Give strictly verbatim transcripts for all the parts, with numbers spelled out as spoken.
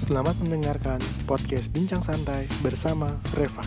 Selamat mendengarkan podcast Bincang Santai bersama Reva.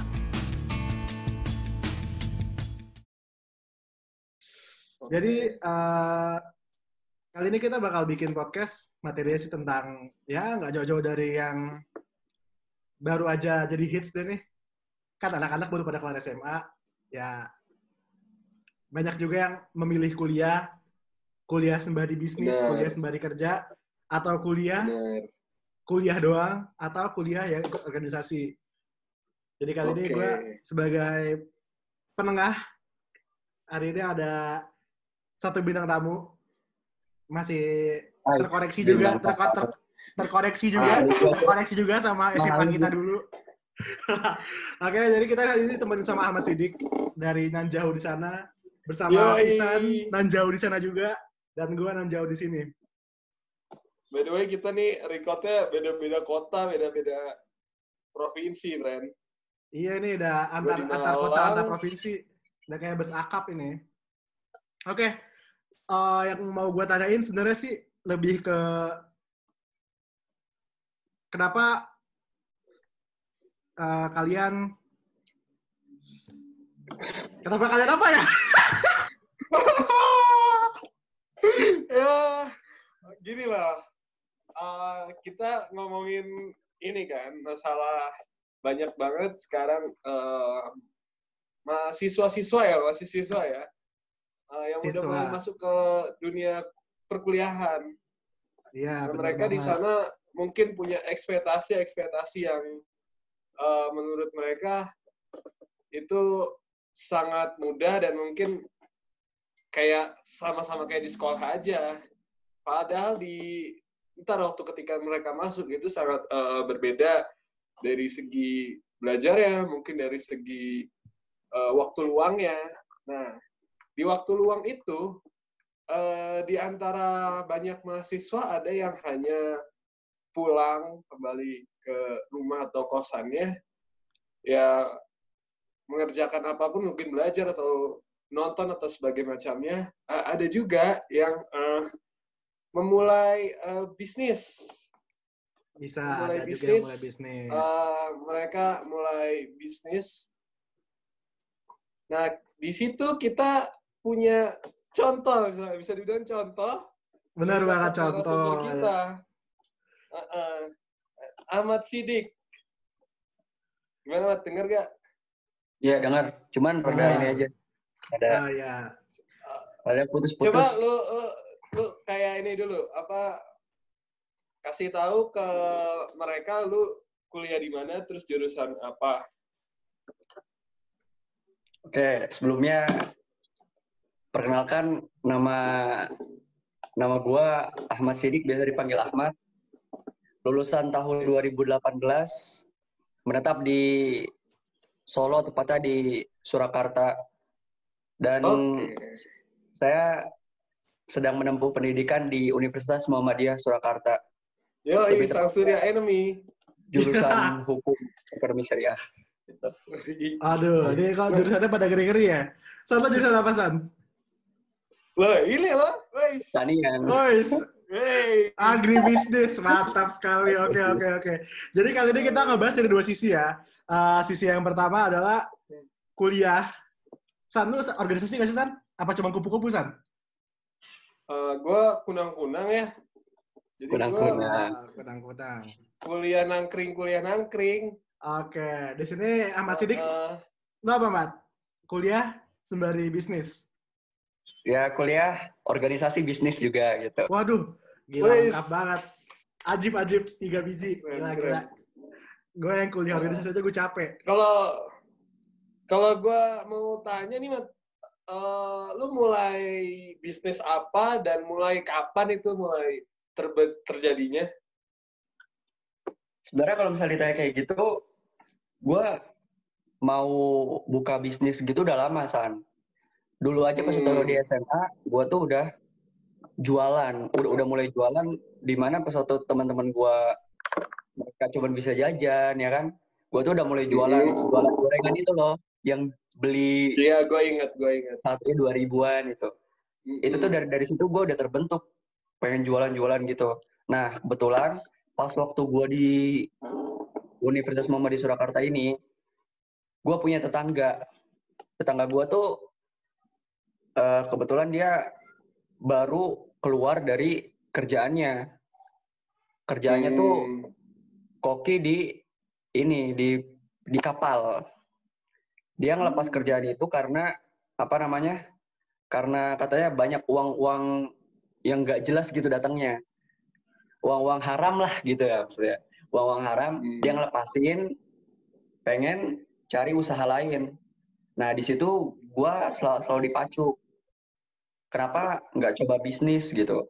Jadi uh, kali ini kita bakal bikin podcast materinya sih tentang ya nggak jauh-jauh dari yang baru aja jadi hits deh nih. Kan anak-anak baru pada kelar S M A, ya banyak juga yang memilih kuliah, kuliah sembari bisnis, Bener. kuliah sembari kerja, atau kuliah Bener. kuliah doang, atau kuliah yang ikut organisasi. Jadi kali ini Oke. gue sebagai penengah, hari ini ada satu bintang tamu, masih terkoreksi juga, terko- ter- terkoreksi juga, terkoreksi juga sama S M A kita dulu. Oke, jadi kita kali ini temenin sama Ahmad Siddiq dari nan jauh di sana, bersama Yoi. Isan nan jauh di sana juga, dan gue nan jauh di sini. By the way, kita nih recordnya beda-beda kota, beda-beda provinsi, friend. Iya, ini udah antar, antar kota, antar provinsi. Udah kayak bus akap ini. Oke, uh, yang mau gue tanyain sebenarnya sih lebih ke kenapa uh, kalian kenapa kalian apa ya? Ya, gini lah. Uh, kita ngomongin ini kan, masalah banyak banget sekarang uh, mahasiswa-siswa ya, mahasiswa ya, uh, yang Siswa. udah mulai masuk ke dunia perkuliahan. Iya, Nah, benar mereka banget. di sana mungkin punya ekspektasi-ekspektasi yang uh, menurut mereka itu sangat mudah dan mungkin kayak sama-sama kayak di sekolah aja. Padahal di ntar waktu ketika mereka masuk itu sangat uh, berbeda dari segi belajar ya, mungkin dari segi uh, waktu luangnya. Nah, di waktu luang itu uh, di antara banyak mahasiswa ada yang hanya pulang kembali ke rumah atau kosannya, ya mengerjakan apapun, mungkin belajar atau nonton atau sebagainya macamnya. Uh, ada juga yang uh, memulai uh, bisnis. Bisa, Memulai ada bisnis, juga yang mulai bisnis. Uh, mereka mulai bisnis. Nah, di situ kita punya contoh, bisa dibilang contoh. Benar banget contoh. Kita. Uh, uh, Ahmad Siddiq. Gimana, Mat? Dengar gak? Iya, dengar. Cuman pada Ah. ini aja. Ada Oh ya. pada putus-putus. Coba lu, lu, lu kayak ini dulu, apa kasih tahu ke mereka lu kuliah di mana, terus jurusan apa. Oke, sebelumnya perkenalkan nama nama gua Ahmad Siddiq, biasa dipanggil Ahmad. Lulusan tahun dua ribu delapan belas, menetap di Solo, tepatnya di Surakarta. Dan Oke. saya sedang menempuh pendidikan di Universitas Muhammadiyah Surakarta. Yoi, Sang Surya Enemy. Jurusan Hukum Ekonomi Syariah. Gitu. Aduh, ini kalau jurusannya pada ngeri-ngeri ya. San, lo jurusan apa, San? Loh, ini loh. Weis. Tanian. Ois, Wey. agribisnis, mantap sekali. Oke, oke, oke. Jadi kali ini kita ngebahas dari dua sisi ya. Uh, sisi yang pertama adalah kuliah. San, lu organisasi nggak sih, San? Apa cuma kupu-kupu, San? Uh, gue kunang-kunang ya. Jadi Kunang-kunang. Oh, kunang-kunang. kuliah nangkring, kuliah nangkring. Oke, di sini Ahmad Siddiq, Uh, lo apa, Mat? Kuliah sembari bisnis. Ya, kuliah organisasi bisnis juga gitu. Waduh, gila Wis. lengkap banget. Ajib-ajib, tiga biji. Gila-gila. Gue yang kuliah organisasi aja gue capek. Kalau kalau gue mau tanya nih, Mat, uh, lu mulai bisnis apa dan mulai kapan itu mulai terbe- terjadinya? Sebenarnya kalau misalnya ditanya kayak gitu, gue mau buka bisnis gitu udah lama, San. Dulu aja pas Hmm. hmm. di S M A, gue tuh udah jualan, udah udah mulai jualan, di mana pas waktu teman-teman gue mereka cuma bisa jajan, ya kan? Gue tuh udah mulai jualan, Hmm. jualan gorengan itu loh, yang beli Iya, gue ingat, gue ingat. satu dua ribuan itu. Hmm. Itu tuh dari dari situ gue udah terbentuk pengen jualan-jualan gitu. Nah, kebetulan pas waktu gue di Universitas Muhammadiyah Surakarta ini, gue punya tetangga. Tetangga gue tuh uh, kebetulan dia baru keluar dari kerjaannya. Kerjaannya hmm. tuh koki di ini di di kapal. Dia ngelepas kerjaan itu karena apa namanya? Karena katanya banyak uang-uang yang nggak jelas gitu datangnya. Uang-uang haram lah gitu ya maksudnya. Uang-uang haram hmm. dia ngelepasin, pengen cari usaha lain. Nah di situ gua selalu, selalu dipacu. Kenapa nggak coba bisnis gitu?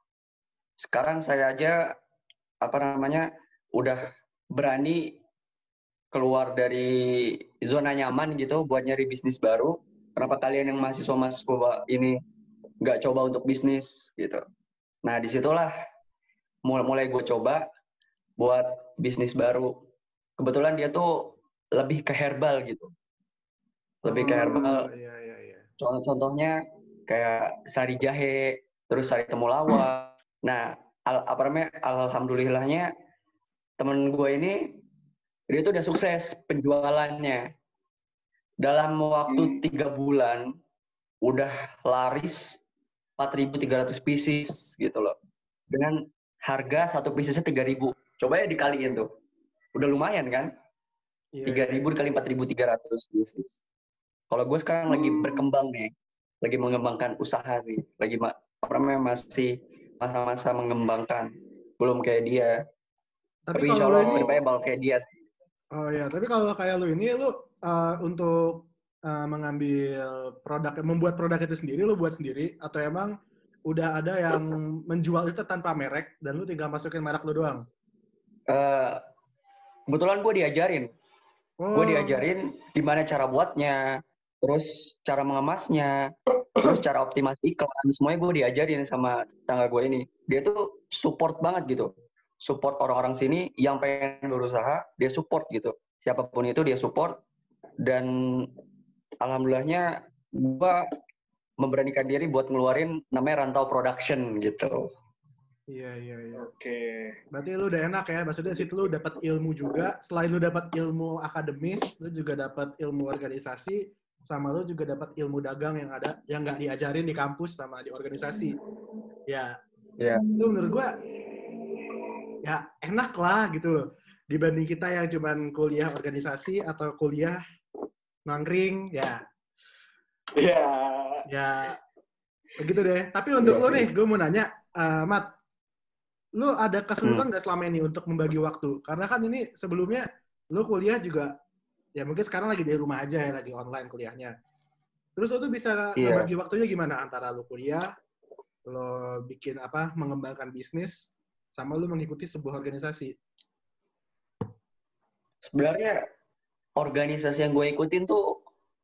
Sekarang saya aja apa namanya udah berani keluar dari zona nyaman gitu buat nyari bisnis baru. Kenapa kalian yang mahasiswa-mahasiswa ini nggak coba untuk bisnis gitu? Nah disitulah mulai, mulai gue coba buat bisnis baru. Kebetulan dia tuh lebih ke herbal gitu, lebih ke herbal. Oh, iya, iya, iya. Contoh-contohnya kayak sari jahe, terus sari temulawak. Nah al apa namanya? Alhamdulillahnya temen gue ini dia tuh udah sukses penjualannya. Dalam waktu tiga bulan, udah laris empat ribu tiga ratus pieces gitu loh. Dengan harga satu piecesnya tiga ribu. Coba ya dikaliin tuh. Udah lumayan kan? tiga ribu dikali empat ribu tiga ratus pieces. Kalau gue sekarang lagi berkembang nih. Lagi mengembangkan usaha sih. Lagi apa namanya masih masa-masa mengembangkan. Belum kayak dia. Tapi, Tapi insya Allah ini... bakal kayak dia sih. Oh ya, tapi kalau kayak lu ini, lu uh, untuk uh, mengambil produk, membuat produk itu sendiri, lu buat sendiri, atau emang udah ada yang menjual itu tanpa merek, dan lu tinggal masukin merek lu doang? Uh, kebetulan gue diajarin. Oh. Gue diajarin gimana cara buatnya, terus cara mengemasnya, terus cara optimasi iklan, semuanya gue diajarin sama tetangga gue ini. Dia tuh support banget gitu. Support orang-orang sini yang pengen berusaha, dia support gitu. Siapapun itu dia support. Dan alhamdulillahnya gue memberanikan diri buat ngeluarin namanya Rantau Production gitu. Iya, iya, iya. Oke. Okay. Berarti lu udah enak ya. Maksudnya di situ lu dapat ilmu juga. Selain lu dapat ilmu akademis, lu juga dapat ilmu organisasi, sama lu juga dapat ilmu dagang yang ada yang nggak diajarin di kampus sama di organisasi. Ya. Iya. Yeah. Itu menurut gue ya enak lah gitu dibanding kita yang cuman kuliah organisasi atau kuliah nangkring ya ya ya begitu deh. Tapi untuk ya, lo nih gue mau nanya uh, Mat, lo ada kesulitan nggak hmm. selama ini untuk membagi waktu? Karena kan ini sebelumnya lo kuliah juga ya mungkin sekarang lagi di rumah aja ya, lagi online kuliahnya. Terus lo tuh bisa yeah. membagi waktunya gimana antara lo kuliah, lo bikin apa, mengembangkan bisnis, sama lu mengikuti sebuah organisasi? Sebenarnya organisasi yang gue ikutin tuh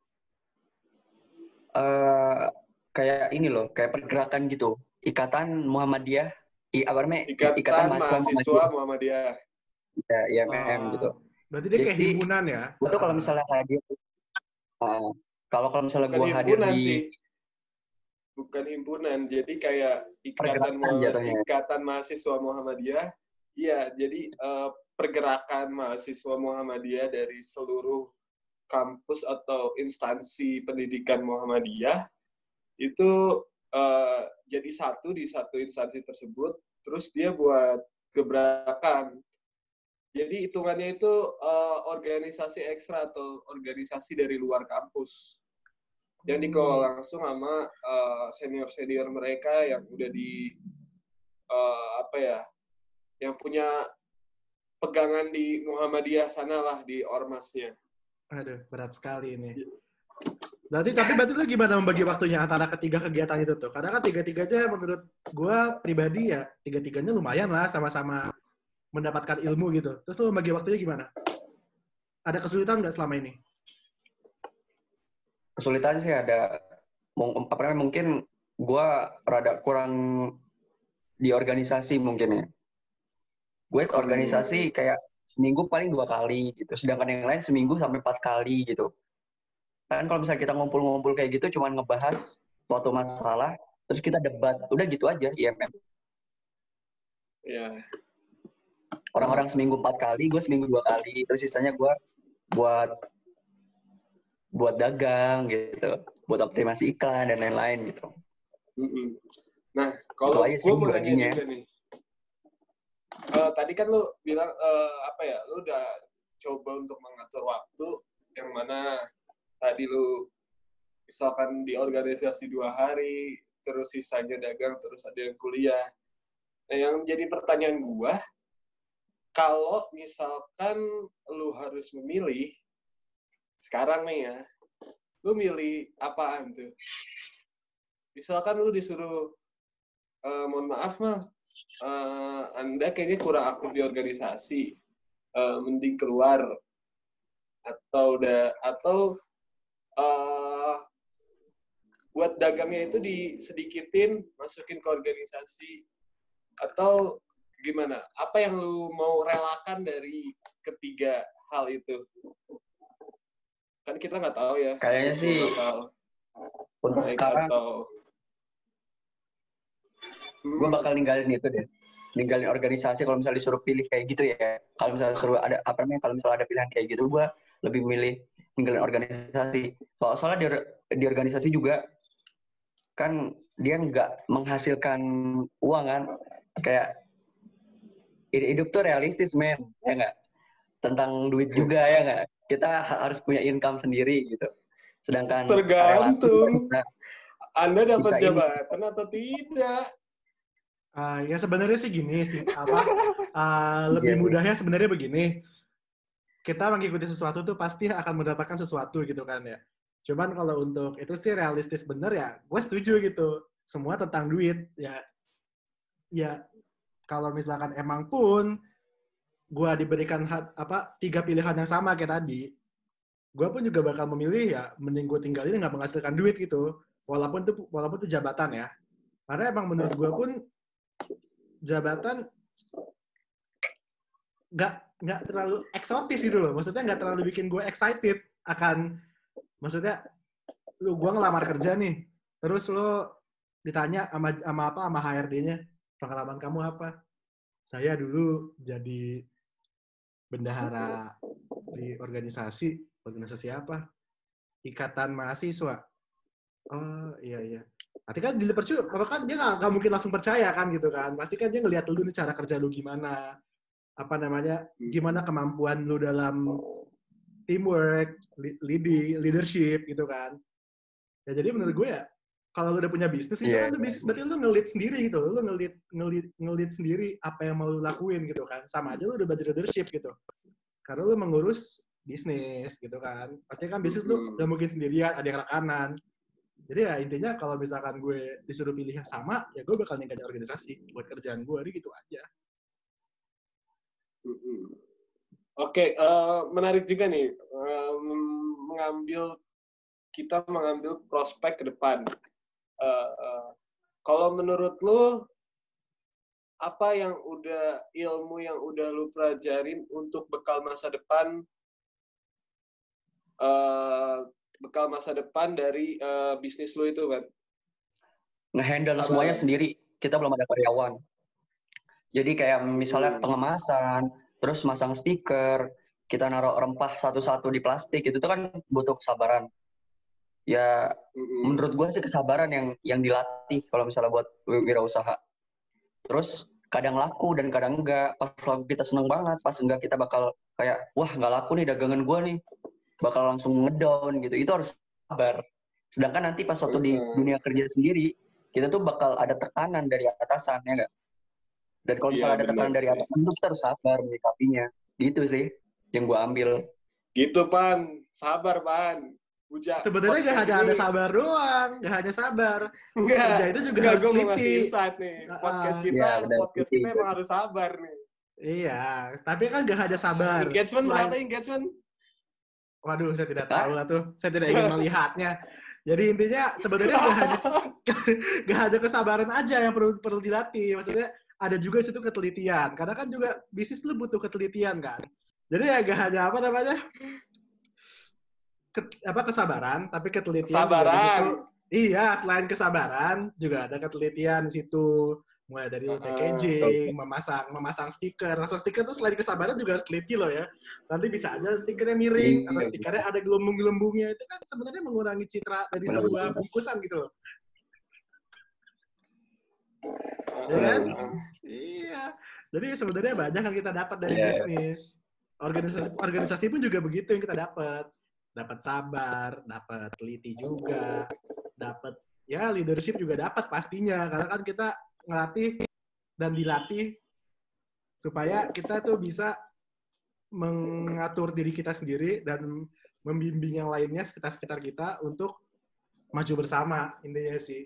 uh, kayak ini loh, kayak pergerakan gitu. Ikatan Muhammadiyah, i, apa namanya? Ikatan, Ikatan Mahasiswa, mahasiswa Muhammadiyah. Ya, I M M oh, gitu. Berarti dia kayak Jadi, himpunan ya? Gue tuh kalau misalnya hadir, uh, kalau kalau misalnya gue hadir di sih. Bukan himpunan, jadi kayak ikatan ikatan mahasiswa Muhammadiyah. Iya, jadi uh, pergerakan mahasiswa Muhammadiyah dari seluruh kampus atau instansi pendidikan Muhammadiyah itu uh, jadi satu di satu instansi tersebut, terus dia buat gebrakan. Jadi hitungannya itu uh, organisasi ekstra atau organisasi dari luar kampus. Yang dikelola langsung sama uh, senior-senior mereka yang udah di uh, apa ya, yang punya pegangan di Muhammadiyah sana lah, di ormasnya. Aduh, berat sekali ini. Berarti tapi berarti lu gimana membagi waktunya antara ketiga kegiatan itu tuh? Karena kan tiga-tiganya menurut gue pribadi ya tiga-tiganya lumayan lah, sama-sama mendapatkan ilmu gitu. Terus lu membagi waktunya gimana? Ada kesulitan nggak selama ini? Kesulitan sih ada, apa namanya, mungkin gue rada kurang di organisasi mungkin ya. Gue ke organisasi kayak seminggu paling dua kali gitu, sedangkan yang lain seminggu sampai empat kali gitu. Kan kalau misalnya kita ngumpul-ngumpul kayak gitu, cuman ngebahas suatu masalah, terus kita debat, udah gitu aja I M M. Ya. orang-orang seminggu empat kali, gue seminggu dua kali, terus sisanya gue buat buat dagang gitu, buat optimasi iklan dan lain-lain gitu. Mm-mm. Nah, kalau gue mau nanya juga nih, uh, tadi kan lu bilang uh, apa ya, lu udah coba untuk mengatur waktu yang mana tadi lu misalkan di organisasi dua hari, terus sisanya dagang, terus ada yang kuliah. Nah, yang jadi pertanyaan gue, kalau misalkan lu harus memilih sekarang nih ya, lu milih apaan tuh? Misalkan lu disuruh, uh, mohon maaf mah, uh, Anda kayaknya kurang aktif di organisasi, uh, mending keluar, atau udah atau uh, buat dagangnya itu disedikitin, masukin ke organisasi, atau gimana? Apa yang lu mau relakan dari ketiga hal itu? Kan kita nggak tahu ya. Kayaknya sih untuk sekarang atau... gue bakal ninggalin itu deh, ninggalin organisasi. Kalau misalnya disuruh pilih kayak gitu ya, kalau misalnya suruh ada apa namanya, kalau misalnya ada pilihan kayak gitu, gue lebih milih ninggalin organisasi. Soal soalnya di, di organisasi juga kan dia nggak menghasilkan uang kan, kayak hidup tuh realistis men, ya nggak, tentang duit juga ya nggak. Kita harus punya income sendiri gitu. Sedangkan tergantung relatif, Anda dapat jabatan atau tidak. Uh, ya sebenarnya sih gini sih, apa uh, lebih yeah, mudahnya sebenarnya begini. Kita mengikuti sesuatu tuh pasti akan mendapatkan sesuatu gitu kan ya. Cuman kalau untuk itu sih realistis bener ya, gue setuju gitu. Semua tentang duit ya. Ya kalau misalkan emang pun gue diberikan hat, apa tiga pilihan yang sama kayak tadi, gue pun juga bakal memilih ya mending gue tinggalin nggak menghasilkan duit gitu, walaupun tuh walaupun tuh jabatan ya, karena emang menurut gue pun jabatan nggak nggak terlalu eksotis gitu loh, maksudnya nggak terlalu bikin gue excited akan, maksudnya lu gue ngelamar kerja nih, terus lo ditanya sama sama apa sama H R D-nya, pengalaman kamu apa? Saya dulu jadi bendahara di organisasi, organisasi apa? Ikatan Mahasiswa. Oh iya iya. Nanti kan dilipat cuy, apa kan dia nggak nggak mungkin langsung percaya kan gitu kan? Pasti kan dia ngelihat dulu nih cara kerja lu gimana, apa namanya, gimana kemampuan lu dalam teamwork, leading, leadership gitu kan. Ya jadi menurut gue ya, kalau lu udah punya bisnis itu yeah. kan lu bisnis berarti lu nge-lead sendiri gitu, lu nge-lead nge-lead nge-lead sendiri apa yang mau lu lakuin gitu kan. Sama aja lu udah belajar leadership gitu. Karena lu mengurus bisnis gitu kan. Pasti kan bisnis lu gak mungkin sendirian, ada yang rekanan. Jadi ya intinya kalau misalkan gue disuruh pilih yang sama, ya gue bakal ninggalin organisasi buat kerjaan gue, jadi gitu aja. Oke, okay, uh, menarik juga nih uh, mengambil kita mengambil prospek ke depan. Uh, uh, kalau menurut lu apa yang udah ilmu yang udah lu pelajarin untuk bekal masa depan, uh, bekal masa depan dari uh, bisnis lu itu kan? Nge-handle semuanya sendiri. Kita belum ada karyawan. Jadi kayak misalnya hmm. pengemasan, terus masang stiker, kita naruh rempah satu-satu di plastik, itu tuh kan butuh kesabaran. Ya mm-hmm. menurut gue sih kesabaran yang yang dilatih kalau misalnya buat wirausaha. Terus kadang laku dan kadang enggak. Pas laku kita seneng banget, pas enggak kita bakal kayak wah nggak laku nih dagangan gue nih, bakal langsung ngedown gitu. Itu harus sabar. Sedangkan nanti pas waktu di dunia kerja sendiri, kita tuh bakal ada tekanan dari atasan, ya nggak? Dan kalau misalnya ya, ada tekanan dari atasan, itu kita harus sabar menyikapinya. Gitu sih yang gue ambil. Gitu Pan, sabar Pan. Uja, sebenarnya gak hanya ada sabar doang, gak hanya sabar. Enggak, kerja itu juga enggak, harus teliti. Nih. Podcast kita, ya, podcast kita emang harus sabar nih. Iya, tapi kan gak hanya sabar. Engagement Selain... berapa engagement? Waduh, saya tidak tahu lah tuh. Saya tidak ingin melihatnya. Jadi intinya sebenarnya gak hanya gak hanya kesabaran aja yang perlu perlu dilatih. Maksudnya ada juga situ ketelitian. Karena kan juga bisnis lu butuh ketelitian kan. Jadi ya gak hanya apa namanya? Ke, apa kesabaran, tapi ketelitian kesabaran. Juga di situ. Iya, selain kesabaran juga ada ketelitian di situ. Mulai dari packaging, memasang memasang stiker. Masang stiker tuh selain kesabaran juga harus teliti loh ya. Nanti bisa aja stikernya miring, atau stikernya ada gelembung-gelembungnya. Itu kan sebenarnya mengurangi citra dari sebuah bungkusan gitu loh. Ya kan? Iya. Jadi sebenarnya banyak yang kita dapat dari yeah. bisnis. Organisasi organisasi pun juga begitu yang kita dapat. Dapat sabar, dapat teliti juga, dapat ya leadership juga dapat pastinya. Karena kan kita ngelatih dan dilatih supaya kita tuh bisa mengatur diri kita sendiri dan membimbing yang lainnya sekitar-sekitar kita untuk maju bersama, intinya sih.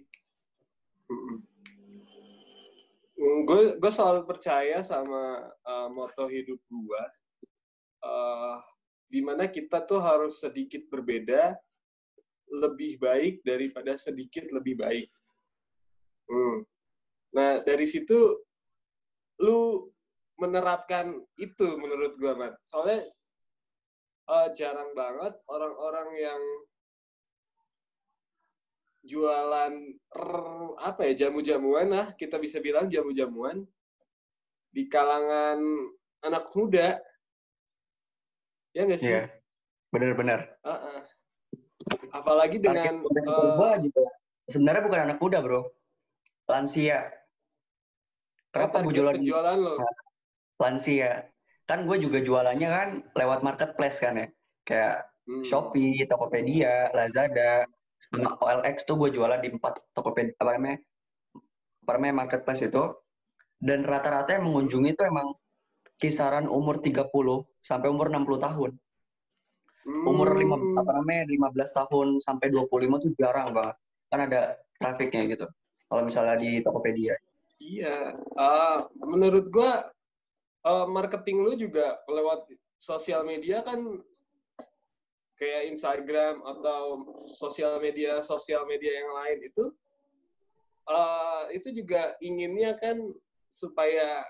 Gue gue selalu percaya sama uh, moto hidup gue, uh, di mana kita tuh harus sedikit berbeda, lebih baik daripada sedikit lebih baik. Hmm. Nah, dari situ lu menerapkan itu menurut gua, Mat. Soalnya uh, jarang banget orang-orang yang jualan r- apa ya, jamu-jamuan lah, kita bisa bilang jamu-jamuan di kalangan anak muda. Ya nggak sih? Iya, benar-benar. Uh-uh. Apalagi dengan uh, gitu. Sebenarnya bukan anak muda, bro. Lansia. Kenapa gue jualan penjualan lo? Nah, lansia. Kan gue juga jualannya kan lewat marketplace kan ya. Kayak hmm. Shopee, Tokopedia, Lazada, sama O L X tuh gue jualan di empat Tokopedia, apa namanya, apa namanya marketplace itu. Dan rata-rata yang mengunjungi itu emang kisaran umur tiga puluh sampai umur enam puluh tahun. Hmm. Umur lima, apa namanya, lima belas tahun sampai dua puluh lima tuh jarang banget. Kan ada trafiknya gitu. Kalau misalnya di Tokopedia. Iya, uh, menurut gua uh, marketing lu juga lewat sosial media kan, kayak Instagram atau sosial media sosial media yang lain itu, uh, itu juga inginnya kan supaya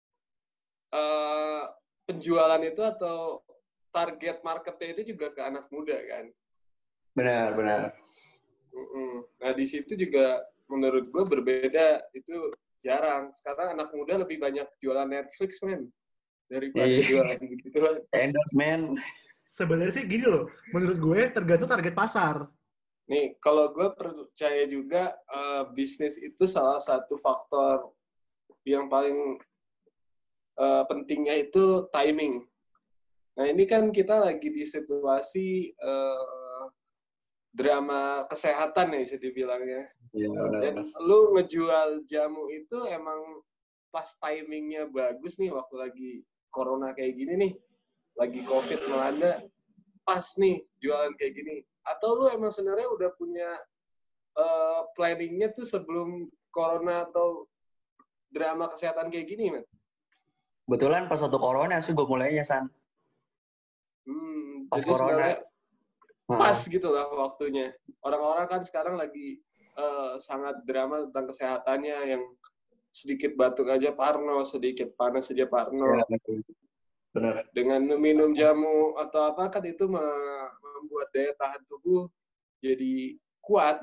uh, penjualan itu atau target marketnya itu juga ke anak muda kan. Benar, benar. Uh-uh. Nah di situ juga menurut gua berbeda, itu jarang. Sekarang anak muda lebih banyak jualan Netflix, men, daripada yeah. jualan gitu. Endorse, man. Sebenarnya sih gini loh, menurut gue tergantung target pasar. Nih, kalau gue percaya juga uh, bisnis itu salah satu faktor yang paling uh, pentingnya itu timing. Nah ini kan kita lagi di situasi uh, drama kesehatan ya bisa dibilangnya. Ya, dan lu ngejual jamu itu emang pas timingnya bagus nih, waktu lagi corona kayak gini nih, lagi covid melanda, pas nih jualan kayak gini. Atau lu emang sebenarnya udah punya uh, planningnya tuh sebelum corona atau drama kesehatan kayak gini, man? Kebetulan pas waktu corona sih gue mulainya, San. Hmm, pas jadi corona. Pas hmm. gitu lah waktunya. Orang-orang kan sekarang lagi Uh, sangat drama tentang kesehatannya, yang sedikit batuk aja parno, sedikit panas aja parno. Ya, benar. Dengan minum jamu atau apa kan itu membuat daya tahan tubuh jadi kuat.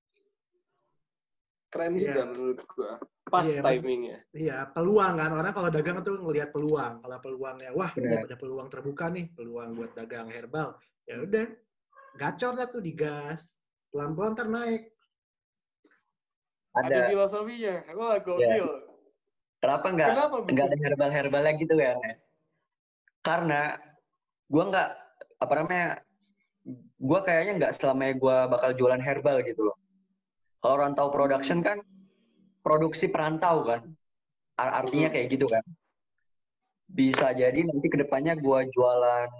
Keren juga ya. Menurut gua. Pas ya, timingnya. Iya, peluang kan. Orang kalau dagang tuh ngelihat peluang. Kalau peluangnya, wah ini ada peluang terbuka nih, peluang buat dagang herbal. Ya udah, gacor dah tuh digas. Pelan-pelan ntar naik. Ada, ada filosofinya. Wah, gokil. Ya. Kenapa nggak nggak ada herbal-herbalnya gitu ya? Karena gue nggak, apa namanya, gue kayaknya nggak selamanya gue bakal jualan herbal gitu loh. Kalau rantau production kan, produksi perantau kan. Artinya kayak gitu kan. Bisa jadi nanti kedepannya gue jualan,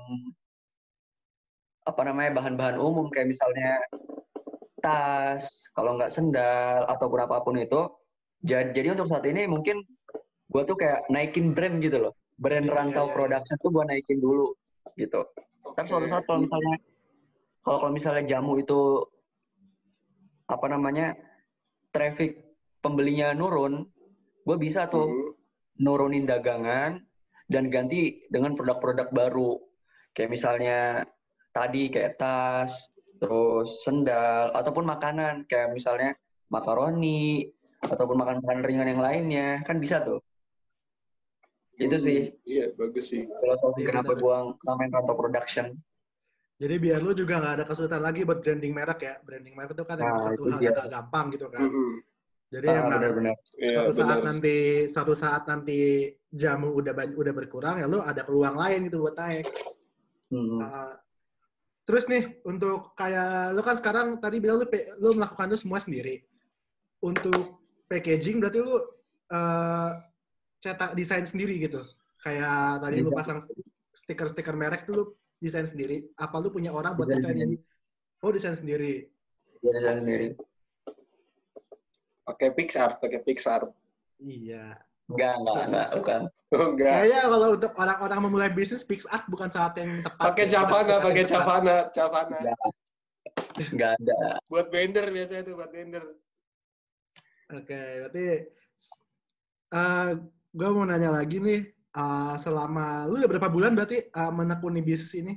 apa namanya, bahan-bahan umum kayak misalnya tas, kalau nggak sendal, ataupun apapun itu. Jadi, jadi untuk saat ini mungkin gue tuh kayak naikin brand gitu loh. Brand yeah, rantau yeah, production yeah. tuh gue naikin dulu gitu. Ntar suatu saat kalau misalnya, kalau kalau misalnya jamu itu, apa namanya, traffic pembelinya nurun, gue bisa tuh mm-hmm. nurunin dagangan dan ganti dengan produk-produk baru. Kayak misalnya tadi kayak tas, terus sendal, ataupun makanan kayak misalnya makaroni, ataupun makan-makan ringan yang lainnya, kan bisa tuh. Itu Hmm, sih Iya, bagus sih. filosofi Iya, kenapa benar. gua namain Rantau Production. Jadi biar lu juga nggak ada kesulitan lagi buat branding merek ya. Branding merek itu kan emang Nah, satu itu hal dia. yang gak gampang gitu kan. Mm-mm. Jadi Ah, emang benar-benar. Iya, suatu saat benar. nanti suatu saat nanti jamu udah ban- udah berkurang ya lu ada peluang lain gitu buat naik. Hmm. Uh, terus nih untuk kayak lu kan sekarang tadi bilang lu pe- lu melakukan itu semua sendiri. Untuk packaging berarti lu uh, cetak desain sendiri gitu. Kayak tadi lu Bisa, pasang stiker-stiker merek tuh lu desain sendiri. Apa lu punya orang buat bisa desainin? sendiri. Oh, desain sendiri. Bisa desain sendiri. Pakai Pixar, pakai Pixar. Iya. Enggak, enggak, enggak, bukan. Oh, enggak. Kayaknya kalau untuk orang-orang memulai bisnis, PixArt bukan saat yang tepat. Pakai ya. Cavana, Bukan pakai yang tepat. Cavana, Cavana. Enggak, enggak ada. Buat blender biasanya tuh, buat blender. Oke, berarti uh, gue mau nanya lagi nih, uh, selama lu udah berapa bulan berarti uh, menekuni bisnis ini?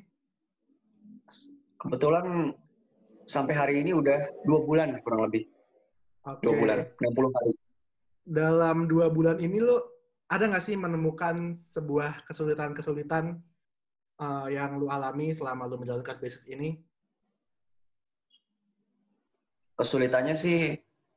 Kebetulan sampai hari ini udah dua bulan kurang lebih. Oke. Dua bulan, enam puluh hari. Dalam dua bulan ini lu ada nggak sih menemukan sebuah kesulitan-kesulitan uh, yang lu alami selama lu menjalankan bisnis ini? Kesulitannya sih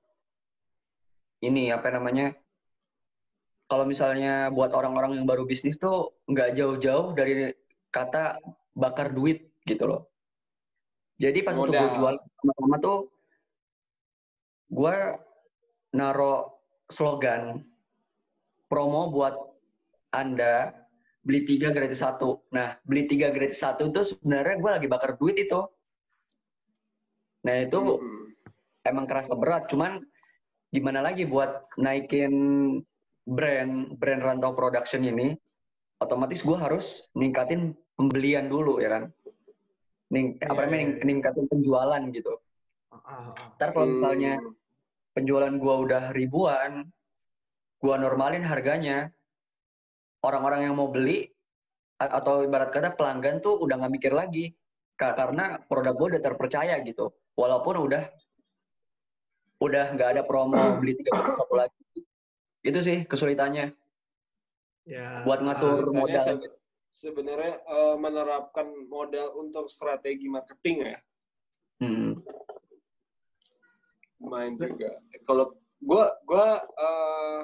ini apa namanya? Kalau misalnya buat orang-orang yang baru bisnis tuh nggak jauh-jauh dari kata bakar duit gitu loh. Jadi pas waktu gue jual pertama tuh gue naro slogan promo buat Anda beli tiga gratis satu. Nah, beli tiga gratis satu itu sebenarnya gue lagi bakar duit itu. Nah, itu hmm. emang kerasa berat. Cuman gimana lagi buat naikin brand brand Rantau Production ini, otomatis gue harus ningkatin pembelian dulu ya kan. Ning, yeah, apa namanya yeah, yeah. ningkatin penjualan gitu. Uh, uh, uh. Ntar kalau misalnya hmm. penjualan gue udah ribuan, gue normalin harganya, orang-orang yang mau beli atau ibarat kata pelanggan tuh udah nggak mikir lagi karena produk gue udah terpercaya gitu, walaupun udah udah nggak ada promo beli tiga beli satu lagi. Itu sih kesulitannya ya, buat ngatur uh, modal. Se sebenarnya uh, menerapkan modal untuk strategi marketing ya. Hmm. Main juga. Kalau gue gue uh,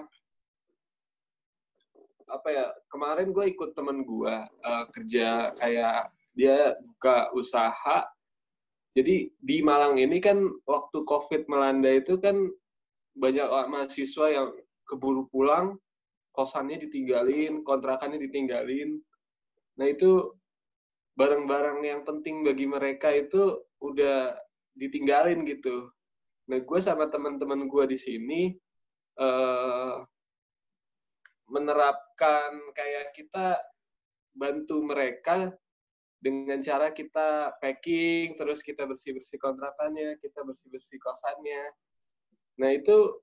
apa ya, kemarin gue ikut temen gue uh, kerja kayak dia buka usaha. Jadi di Malang ini kan waktu COVID melanda itu kan banyak mahasiswa yang keburu pulang, kosannya ditinggalin, kontrakannya ditinggalin. Nah itu barang-barang yang penting bagi mereka itu udah ditinggalin gitu. Nah gue sama teman-teman gue di sini uh, menerapkan kayak kita bantu mereka dengan cara kita packing, terus kita bersih-bersih kontrakannya, kita bersih-bersih kosannya. Nah itu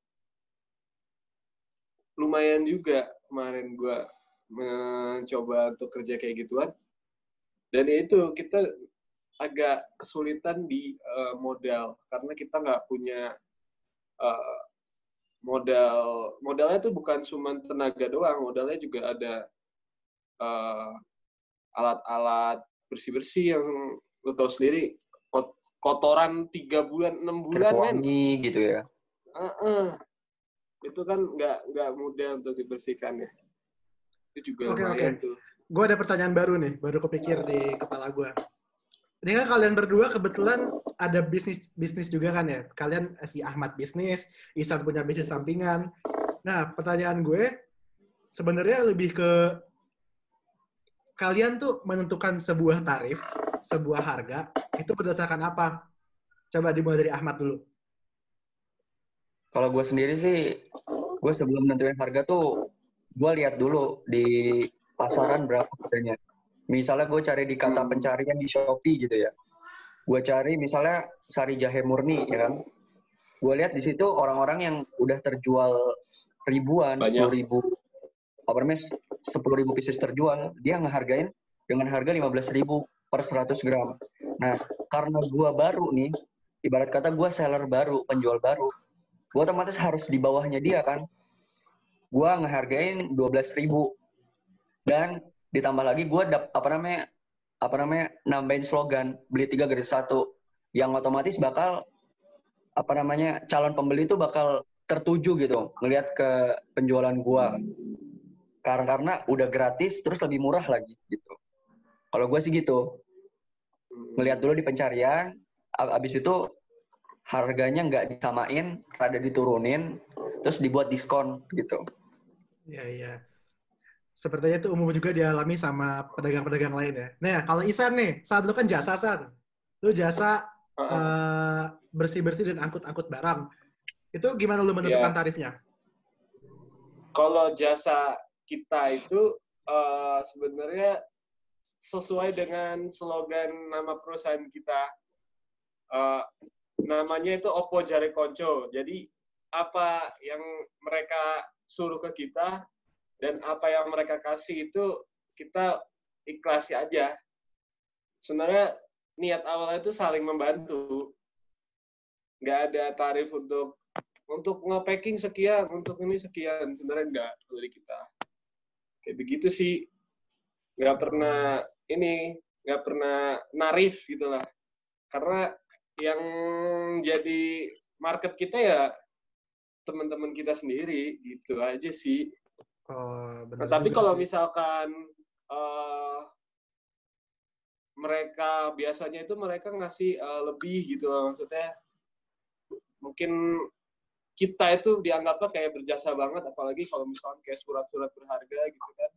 lumayan juga kemarin gue mencoba untuk kerja kayak gituan. Dan itu kita agak kesulitan di uh, modal, karena kita nggak punya uh, modal. Modalnya tuh bukan cuma tenaga doang, modalnya juga ada uh, alat-alat bersih-bersih yang lo tau sendiri, kotoran tiga bulan, enam bulan kan. gitu ya. Uh-uh. Itu kan nggak nggak mudah untuk dibersihkan ya. Itu juga Oke, lumayan oke. tuh. Gue ada pertanyaan baru nih, baru kepikir di kepala gue. Ini kan kalian berdua kebetulan ada bisnis bisnis juga kan ya? Kalian si Ahmad bisnis, Ihsan punya bisnis sampingan. Nah, pertanyaan gue sebenarnya lebih ke kalian tuh menentukan sebuah tarif, sebuah harga, itu berdasarkan apa? Coba dimulai dari Ahmad dulu. Kalau gue sendiri sih, gue sebelum nentuin harga tuh, gue lihat dulu di pasaran berapa harganya. Misalnya gue cari di kata pencarian di Shopee gitu ya. Gue cari misalnya sari jahe murni, ya kan. Gue lihat di situ orang-orang yang udah terjual ribuan, sepuluh ribu, apa namanya, sepuluh ribu pieces terjual, dia ngehargain dengan harga lima belas ribu per seratus gram. Nah, karena gue baru nih, ibarat kata gue seller baru, penjual baru, gue otomatis harus di bawahnya dia kan. Gue ngehargain dua belas ribu. Dan ditambah lagi gue dap, apa namanya apa namanya nambahin slogan beli tiga gratis satu, yang otomatis bakal apa namanya calon pembeli itu bakal tertuju gitu ngelihat ke penjualan gue, karena karena udah gratis terus lebih murah lagi gitu. Kalau gue sih gitu, ngelihat dulu di pencarian, abis itu harganya nggak disamain, rada diturunin, terus dibuat diskon gitu. Iya, iya. Sepertinya itu umum juga dialami sama pedagang-pedagang lain ya. Nah, kalau Isan nih, saat lu kan jasa, San. Lu jasa uh, bersih-bersih dan angkut-angkut barang. Itu gimana lu menentukan yeah. tarifnya? Kalau jasa kita itu uh, sebenarnya sesuai dengan slogan nama perusahaan kita. Uh, namanya itu Oppo Jare Konco. Jadi apa yang mereka suruh ke kita dan apa yang mereka kasih itu kita ikhlasi aja. Sebenarnya niat awalnya itu saling membantu. Nggak ada tarif untuk untuk nge-packing sekian, untuk ini sekian. Sebenarnya nggak dari kita. Kayak begitu sih. Nggak pernah ini, nggak pernah narif gitu lah. Karena yang jadi market kita ya teman-teman kita sendiri, gitu aja sih. Oh, nah, tapi kalau sih. misalkan uh, mereka biasanya itu mereka ngasih uh, lebih gitu loh, maksudnya mungkin kita itu dianggapnya kayak berjasa banget, apalagi kalau misalkan kayak surat-surat berharga gitu kan.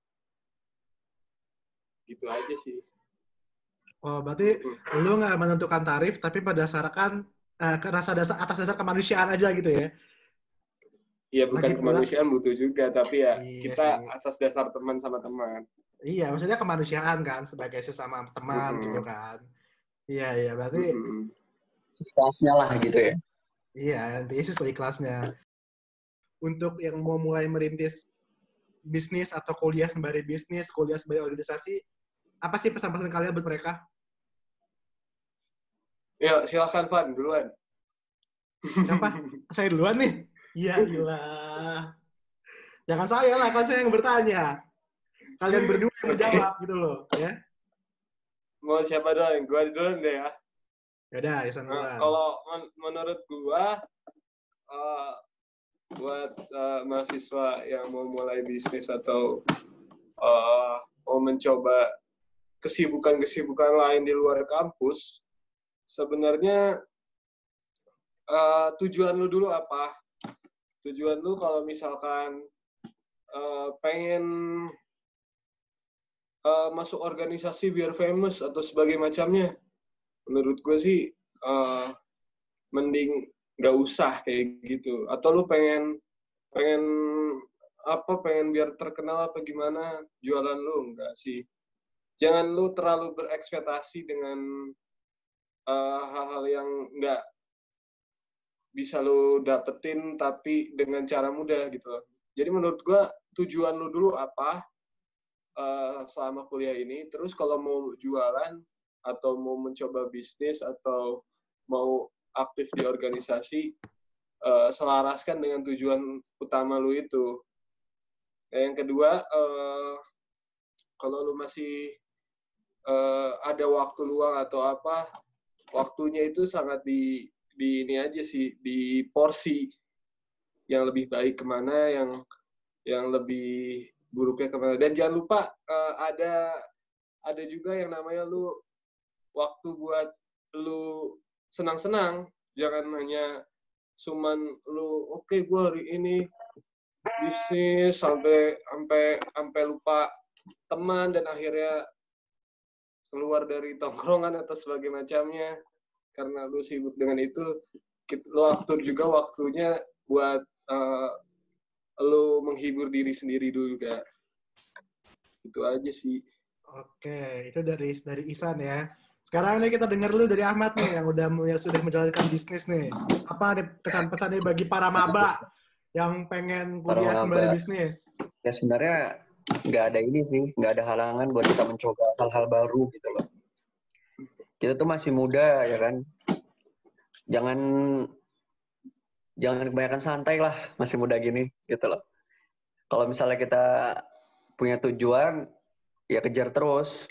Gitu aja sih. Oh, berarti hmm. lu nggak menentukan tarif, tapi berdasarkan uh, rasa dasar atas dasar kemanusiaan aja gitu ya? Iya, bukan lagi kemanusiaan butuh juga, tapi ya iya kita sih. atas dasar teman sama teman. Iya, maksudnya kemanusiaan kan, sebagai sesama teman mm-hmm. gitu kan. Iya, iya, berarti mm-hmm. ikhlasnya lah gitu ya. Iya, intinya sih seikhlasnya. Untuk yang mau mulai merintis bisnis atau kuliah sembari bisnis, kuliah sembari organisasi, apa sih pesan-pesan kalian buat mereka? Ya, silakan Van, duluan. Siapa? Saya duluan nih? Iya, ilah. Jangan saya lah, kan saya yang bertanya. Kalian berdua yang menjawab gitu loh, ya. Mau siapa duluan? Gua duluan deh ya. Yaudah, Isan duluan. Nah, kalau men- menurut gua, uh, buat uh, mahasiswa yang mau mulai bisnis atau uh, mau mencoba kesibukan-kesibukan lain di luar kampus, sebenarnya uh, tujuan lu dulu apa? Tujuan lu kalau misalkan uh, pengen uh, masuk organisasi biar famous atau sebagai macamnya, menurut gue sih uh, mending nggak usah kayak gitu. Atau lu pengen pengen apa? Pengen biar terkenal apa gimana? Jualan lu enggak sih? Jangan lu terlalu berekspektasi dengan uh, hal-hal yang nggak bisa lu dapetin tapi dengan cara mudah gitu loh. Jadi menurut gua tujuan lu dulu apa uh, selama kuliah ini, terus kalau mau jualan atau mau mencoba bisnis atau mau aktif di organisasi, uh, selaraskan dengan tujuan utama lu itu. Nah, yang kedua, uh, kalau lu masih uh, ada waktu luang atau apa, waktunya itu sangat di di ini aja sih, di porsi yang lebih baik kemana, yang yang lebih buruknya kemana. Dan jangan lupa uh, ada ada juga yang namanya lu waktu buat lu senang-senang. Jangan hanya cuman lu oke okay, gue hari ini bisnis sampai sampai sampai lupa teman dan akhirnya keluar dari tongkrongan atau sebagai macamnya. Karena lu sibuk dengan itu, lu atur juga waktunya buat uh, lu menghibur diri sendiri dulu juga. Itu aja sih. Oke, itu dari dari Isan ya. Sekarang nih kita dengar lu dari Ahmad nih yang udah yang sudah menjalankan bisnis nih. Apa nih pesan-pesannya bagi para maba yang pengen kuliah sembari bisnis? Ya sebenarnya nggak ada ini sih, nggak ada halangan buat kita mencoba hal-hal baru gitu loh. Kita tuh masih muda ya kan, jangan jangan kebanyakan santai lah, masih muda gini, gitu loh. Kalau misalnya kita punya tujuan, ya kejar terus.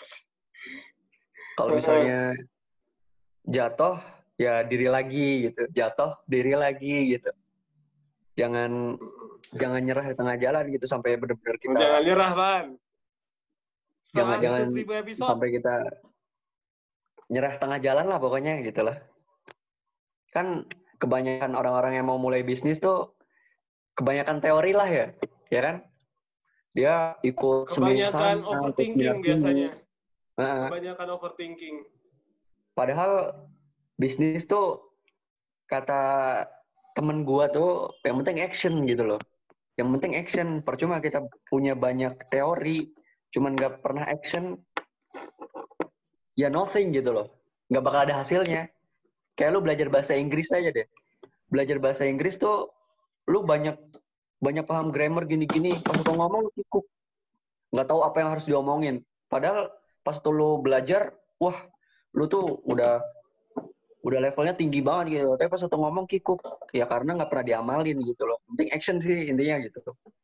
Kalau misalnya jatuh, ya diri lagi gitu. Jatuh, diri lagi gitu. Jangan jangan nyerah di tengah jalan gitu sampai benar-benar kita. Jangan nyerah, Pan. Jangan jangan sampai kita nyerah tengah jalan lah pokoknya gitu lah. Kan kebanyakan orang-orang yang mau mulai bisnis tuh kebanyakan teori lah ya, ya kan? Dia ikut seminar kebanyakan sana, overthinking biasanya. Nah, kebanyakan overthinking. Padahal bisnis tuh kata temen gua tuh yang penting action gitu loh. Yang penting action. Percuma kita punya banyak teori, cuman nggak pernah action, ya nothing gitu loh. Nggak bakal ada hasilnya. Kayak lu belajar bahasa Inggris aja deh. Belajar bahasa Inggris tuh lu banyak banyak paham grammar gini-gini, pas lu ngomong lu kikuk. Nggak tahu apa yang harus diomongin. Padahal pas tuh lu belajar, wah, lu tuh udah udah levelnya tinggi banget gitu. Tapi pas tuh ngomong kikuk, ya karena nggak pernah diamalin gitu loh. Penting action sih intinya gitu.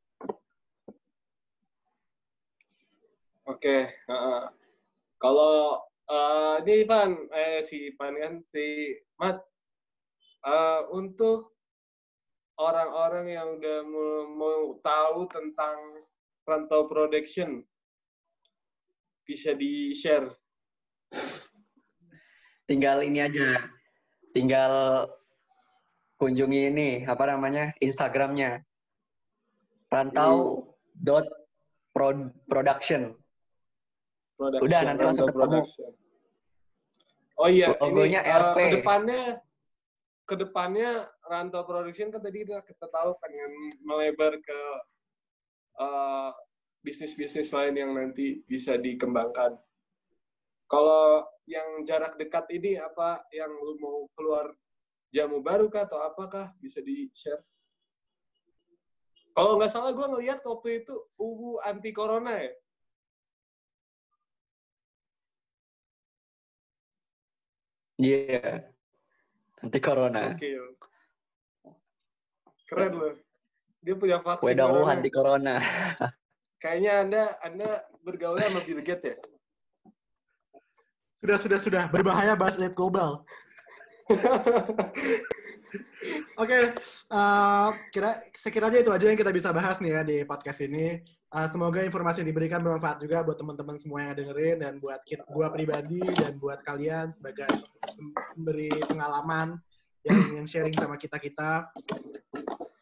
Oke, uh, kalau uh, ini Pan, eh si Pan kan si Mat, uh, untuk orang-orang yang udah mau, mau tahu tentang Rantau Production, bisa di-share. Tinggal ini aja, tinggal kunjungi ini, apa namanya, Instagramnya. Rantau dot production. Udah, nanti langsung ketemu. Oh iya, logonya ini R P. Uh, kedepannya, kedepannya Rantau Production kan tadi kita tahu pengen melebar ke uh, bisnis-bisnis lain yang nanti bisa dikembangkan. Kalau yang jarak dekat ini apa yang lu mau keluar jamu baru kah atau apakah bisa di-share? Kalau nggak salah gue ngelihat waktu itu U U anti corona ya. Iya, yeah. Anti corona. Oke. Keren loh. Dia punya vaksin Wedang corona. Anti corona. Kayaknya Anda Anda bergaul sama Bill Gates ya? Sudah, sudah, sudah. Berbahaya bahas elit global. Oke, okay, uh, kira sekiranya itu aja yang kita bisa bahas nih ya di podcast ini. Uh, semoga informasi yang diberikan bermanfaat juga buat teman-teman semua yang dengerin dan buat kita, gua pribadi dan buat kalian sebagai memberi pengalaman yang yang sharing sama kita-kita.